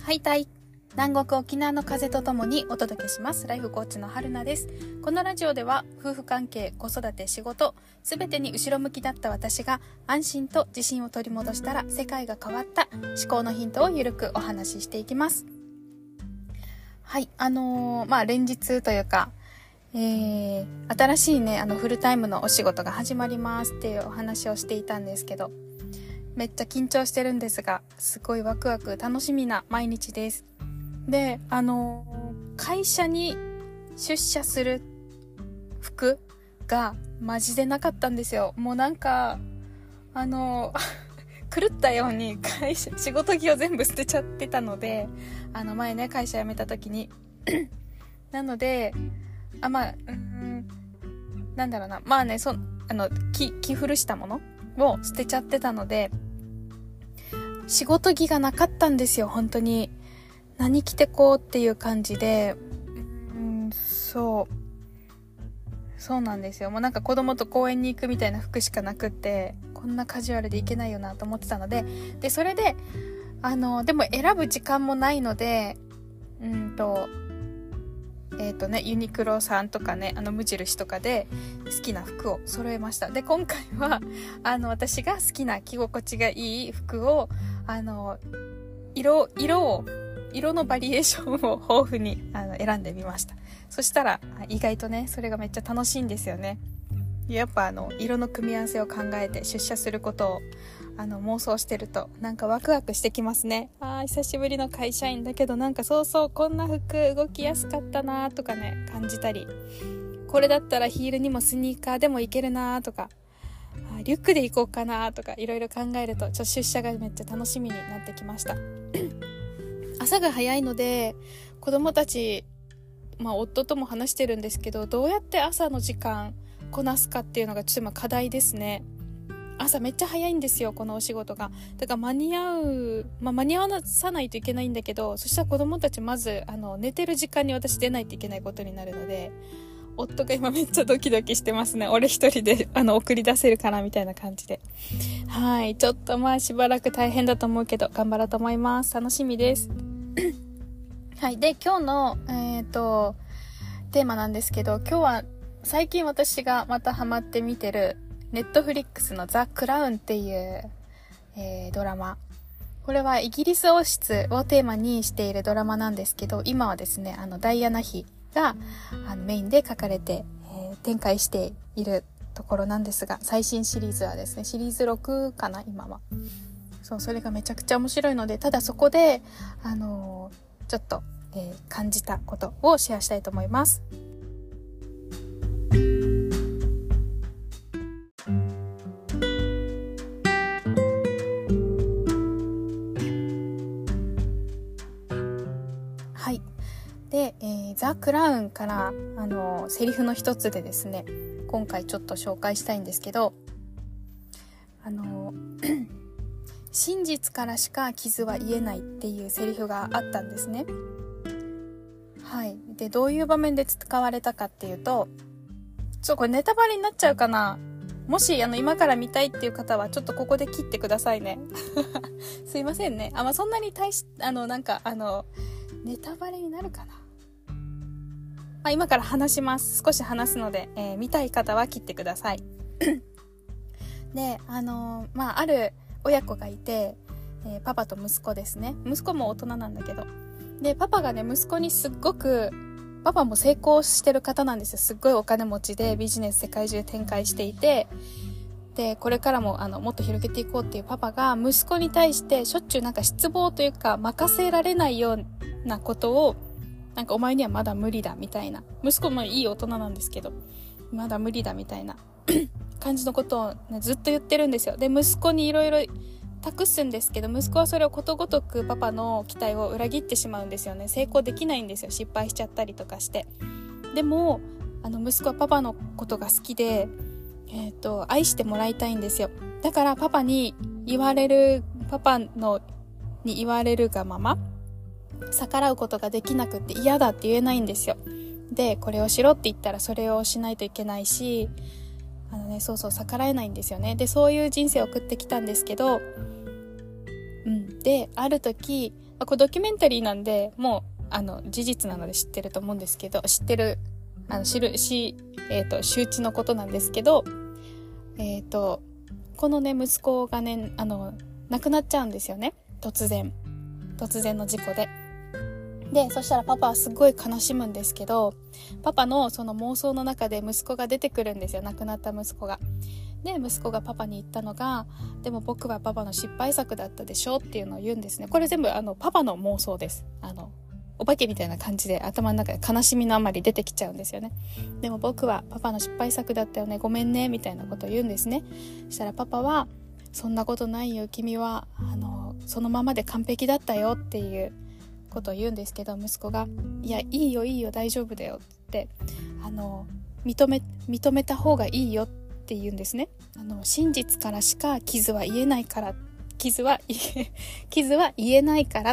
はいたい南国沖縄の風とともにお届けします。ライフコーチの春菜です。このラジオでは夫婦関係、子育て、仕事すべてに後ろ向きだった私が安心と自信を取り戻したら世界が変わった思考のヒントをゆるくお話ししていきます。はい、連日というか、新しいねフルタイムのお仕事が始まりますっていうお話をしていたんですけど、めっちゃ緊張してるんですが、すごいワクワク楽しみな毎日です。で、会社に出社する服がマジでなかったんですよ。もうなんか狂ったように仕事着を全部捨てちゃってたので、前ね会社辞めた時になので着古したものを捨てちゃってたので、仕事着がなかったんですよ。本当に何着てこうっていう感じで、そうなんですよ。もうなんか子供と公園に行くみたいな服しかなくって、こんなカジュアルでいけないよなと思ってたので、それででも選ぶ時間もないので、ユニクロさんとかね、無印とかで好きな服を揃えました。で、今回は私が好きな着心地がいい服を色のバリエーションを豊富に選んでみました。そしたら意外とね、それがめっちゃ楽しいんですよね。やっぱ色の組み合わせを考えて出社することを妄想してるとなんかワクワクしてきますね。久しぶりの会社員だけど、なんかこんな服動きやすかったなとかね感じたり、これだったらヒールにもスニーカーでもいけるなとか、リュックで行こうかなとかいろいろ考えると出社がめっちゃ楽しみになってきました朝が早いので子供たち、夫とも話してるんですけど、どうやって朝の時間こなすかっていうのがちょっと今課題ですね。朝めっちゃ早いんですよ、このお仕事が。だから間に合わさないといけないんだけど、そしたら子供たちまず寝てる時間に私出ないといけないことになるので、夫が今めっちゃドキドキしてますね。俺一人で送り出せるかなみたいな感じで。はい、ちょっとしばらく大変だと思うけど頑張ろうと思います。楽しみですはい、で今日のテーマなんですけど、今日は最近私がまたハマって見てるネットフリックスのザ・クラウンっていう、ドラマ。これはイギリス王室をテーマにしているドラマなんですけど、今はですねダイアナ妃がメインで書かれて、展開しているところなんですが、最新シリーズはですねシリーズ6かな今は。それがめちゃくちゃ面白いので、ただそこでちょっと、感じたことをシェアしたいと思います。はい。で、ザ・クラウンからセリフの一つでですね、今回ちょっと紹介したいんですけど、真実からしか傷は癒えないっていうセリフがあったんですね。はい。で、どういう場面で使われたかっていうと、これネタバレになっちゃうかな。もし今から見たいっていう方はちょっとここで切ってくださいねすいませんね。そんなにネタバレになるかな。今から話します。少し話すので、見たい方は切ってくださいで、ある親子がいて、パパと息子ですね。息子も大人なんだけど、でパパがね息子にパパも成功してる方なんですよ。すっごいお金持ちでビジネス世界中展開していて、でこれからももっと広げていこうっていうパパが息子に対してしょっちゅう失望というか任せられないようなことをお前にはまだ無理だみたいな、息子もいい大人なんですけどまだ無理だみたいな感じのことを、ずっと言ってるんですよ。で息子にいろいろ託すんですけど、息子はそれをことごとくパパの期待を裏切ってしまうんですよね。成功できないんですよ、失敗しちゃったりとかして。でも息子はパパのことが好きで、愛してもらいたいんですよ。だからパパに言われるがまま逆らうことができなくって嫌だって言えないんですよ。でこれをしろって言ったらそれをしないといけないし、逆らえないんですよね。でそういう人生を送ってきたんですけど、である時これドキュメンタリーなんで、もう、事実なので知ってると思うんですけど、周知のことなんですけど、このね、息子がね、亡くなっちゃうんですよね。突然の事故で。で、そしたらパパはすごい悲しむんですけど、パパのその妄想の中で息子が出てくるんですよ。亡くなった息子が。で、息子がパパに言ったのが、でも僕はパパの失敗作だったでしょっていうのを言うんですね。これ全部パパの妄想です。お化けみたいな感じで頭の中で悲しみのあまり出てきちゃうんですよね。でも僕はパパの失敗作だったよね、ごめんねみたいなことを言うんですね。そしたらパパは、そんなことないよ、君はそのままで完璧だったよっていうことを言うんですけど、息子がいや、いいよ大丈夫だよって認めた方がいいよって言うんですね。真実からしか傷は言えないから傷は言えないから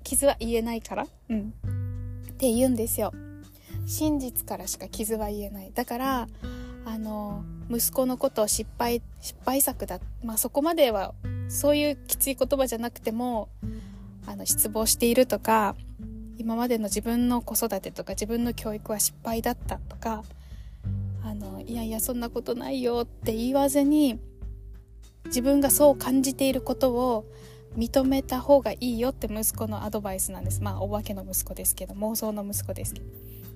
って言うんですよ。真実からしか傷は言えない。だから息子のことを失敗作だ、そこまではそういうきつい言葉じゃなくても失望しているとか、今までの自分の子育てとか自分の教育は失敗だったとか、いやそんなことないよって言わずに、自分がそう感じていることを認めた方がいいよって息子のアドバイスなんです。お化けの息子ですけど、妄想の息子ですけど、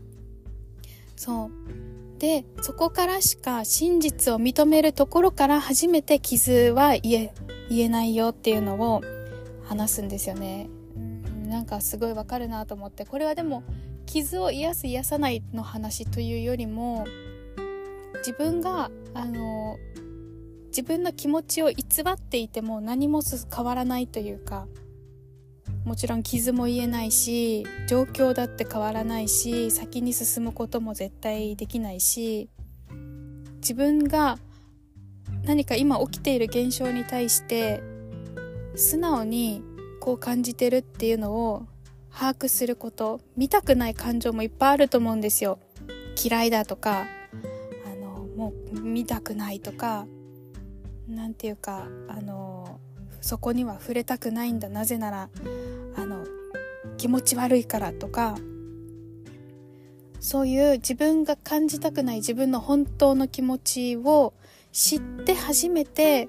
そうで、そこからしか真実を認めるところから初めて傷は言えないよっていうのを話すんですよね。なんかすごいわかるなと思って、これはでも傷を癒す癒さないの話というよりも、自分が自分の気持ちを偽っていても何も変わらないというか、もちろん傷も癒えないし、状況だって変わらないし、先に進むことも絶対できないし、自分が何か今起きている現象に対して素直にこう感じてるっていうのを把握すること、見たくない感情もいっぱいあると思うんですよ。嫌いだとか、もう見たくないとか、なんていうかそこには触れたくないんだ、なぜなら気持ち悪いからとか、そういう自分が感じたくない自分の本当の気持ちを知って初めて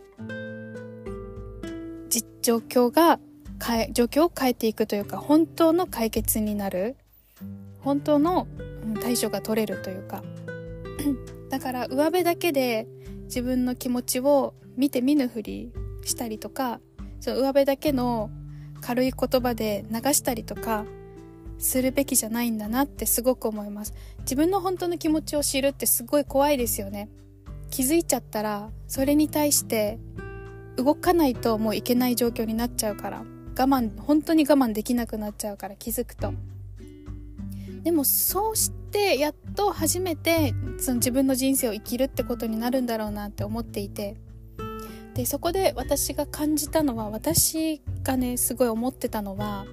状況を変えていくというか、本当の解決になる、本当の対処が取れるというかだから上辺だけで自分の気持ちを見て見ぬふりしたりとか、その上辺だけの軽い言葉で流したりとかするべきじゃないんだなってすごく思います。自分の本当の気持ちを知るってすごい怖いですよね。気づいちゃったらそれに対して動かないともういけない状況になっちゃうから、本当に我慢できなくなっちゃうから、気づくと。でもそうしてやっと初めてその自分の人生を生きるってことになるんだろうなって思っていて、でそこで私が感じたのは、私がねすごい思ってたのは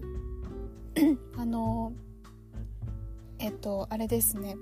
あれですね、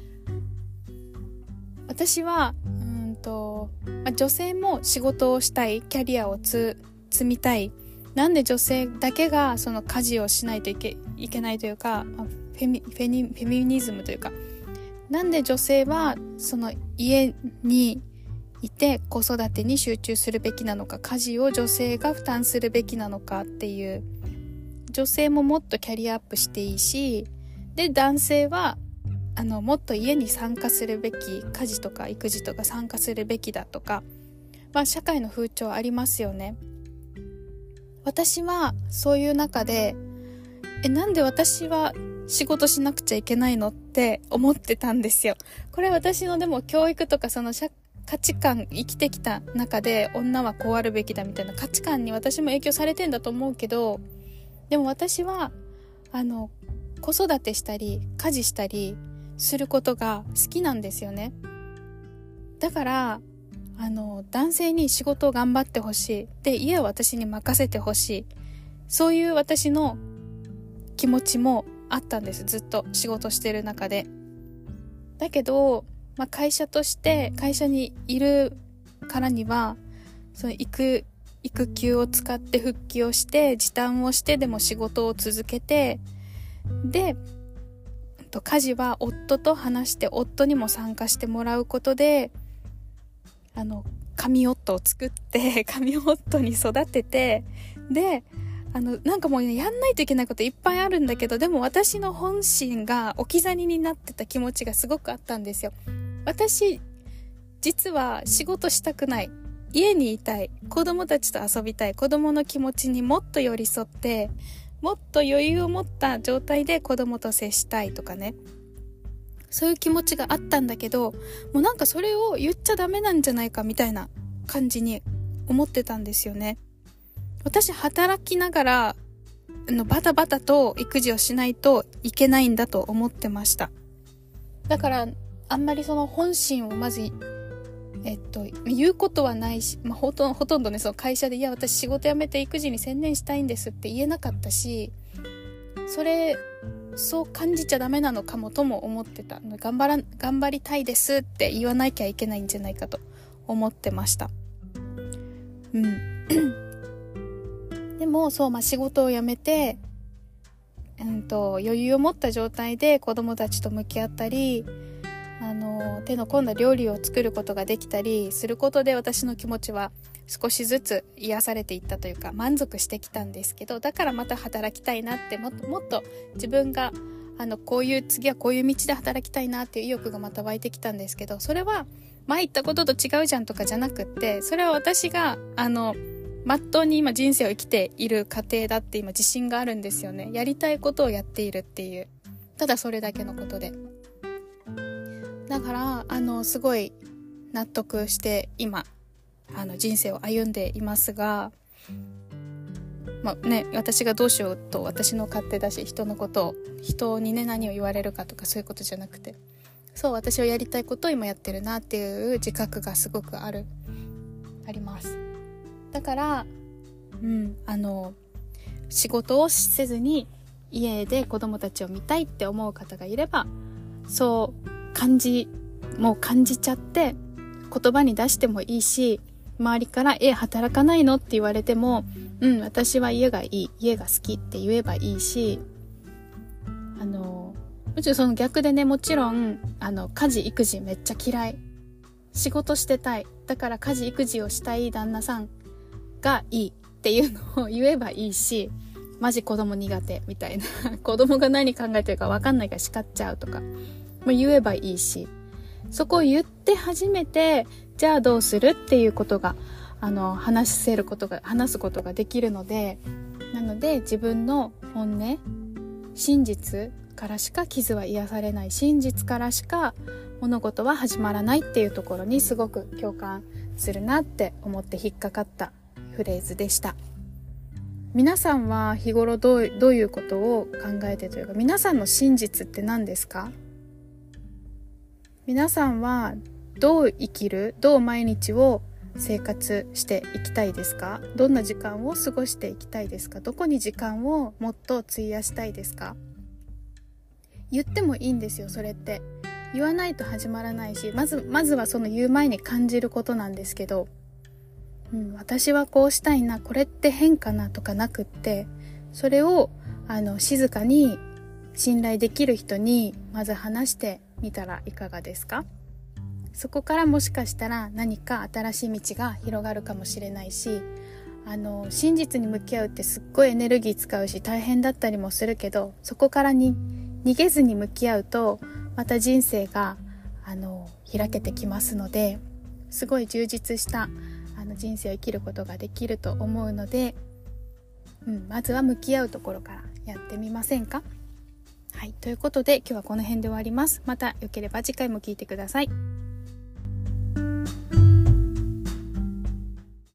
私は女性も仕事をしたい、キャリアを積みたい。なんで女性だけがその家事をしないといけないというか、フェミニズムというか、なんで女性はその家にいて子育てに集中するべきなのか、家事を女性が負担するべきなのかっていう、女性ももっとキャリアアップしていいし、で男性はもっと家に参加するべき、家事とか育児とか参加するべきだとか、社会の風潮ありますよね。私はそういう中でなんで私は仕事しなくちゃいけないのって思ってたんですよ。これ私のでも教育とかその価値観、生きてきた中で女はこうあるべきだみたいな価値観に私も影響されてんだと思うけど、でも私は子育てしたり家事したりすることが好きなんですよね。だから男性に仕事を頑張ってほしい、で家を私に任せてほしい、そういう私の気持ちもあったんです。ずっと仕事してる中で。だけど、会社として会社にいるからにはその育育休を使って復帰をして時短をしてでも仕事を続けて、で家事は夫と話して夫にも参加してもらうことで神夫を作って神夫に育てて、でなんかもう、ね、やんないといけないこといっぱいあるんだけど、でも私の本心が置き去りになってた気持ちがすごくあったんですよ。私実は仕事したくない、家にいたい、子供たちと遊びたい、子供の気持ちにもっと寄り添ってもっと余裕を持った状態で子供と接したいとかね、そういう気持ちがあったんだけど、もうなんかそれを言っちゃダメなんじゃないかみたいな感じに思ってたんですよね。私働きながらバタバタと育児をしないといけないんだと思ってました。だからあんまりその本心をまず言うことはないし、ほとんどね、その会社で私仕事辞めて育児に専念したいんですって言えなかったし、そう感じちゃダメなのかもとも思ってた。頑張りたいですって言わなきゃいけないんじゃないかと思ってました。でも仕事を辞めて、余裕を持った状態で子供たちと向き合ったり、手の込んだ料理を作ることができたりすることで、私の気持ちは少しずつ癒されていったというか満足してきたんですけど、だからまた働きたいなって、もっと自分が次はこういう道で働きたいなっていう意欲がまた湧いてきたんですけど、それは前言ったことと違うじゃんとかじゃなくって、それは私がまっとうに今人生を生きている過程だって今自信があるんですよね。やりたいことをやっているっていう、ただそれだけのことで、だからすごい納得して今人生を歩んでいますが、私がどうしようと私の勝手だし、人にね何を言われるかとかそういうことじゃなくて、私はやりたいことを今やってるなっていう自覚がすごくあります。だから仕事をせずに家で子供たちを見たいって思う方がいれば、そう感じちゃって言葉に出してもいいし、周りから働かないのって言われても、私は家がいい、家が好きって言えばいいし、もちろんその逆でね、もちろん家事育児めっちゃ嫌い、仕事してたい、だから家事育児をしたい旦那さんがいいっていうのを言えばいいし、マジ子供苦手みたいな子供が何考えてるか分かんないから叱っちゃうとか言えばいいし、そこを言って初めてじゃあどうするっていうことが話すことができるので、なので自分の本音、真実からしか傷は癒されない、真実からしか物事は始まらないっていうところにすごく共感するなって思って引っかかったフレーズでした。皆さんは日頃どういうことを考えてというか、皆さんの真実って何ですか？皆さんはどう生きる、どう毎日を生活していきたいですか？どんな時間を過ごしていきたいですか？どこに時間をもっと費やしたいですか？言ってもいいんですよ。それって言わないと始まらないし、まずはその言う前に感じることなんですけど、私はこうしたいな、これって変かなとかなくって、それを静かに信頼できる人にまず話してみたらいかがですか？そこからもしかしたら何か新しい道が広がるかもしれないし、真実に向き合うってすっごいエネルギー使うし大変だったりもするけど、そこから逃げずに向き合うとまた人生が開けてきますので、すごい充実した人生を生きることができると思うので、まずは向き合うところからやってみませんか？はい、ということで今日はこの辺で終わります。またよければ次回も聞いてください。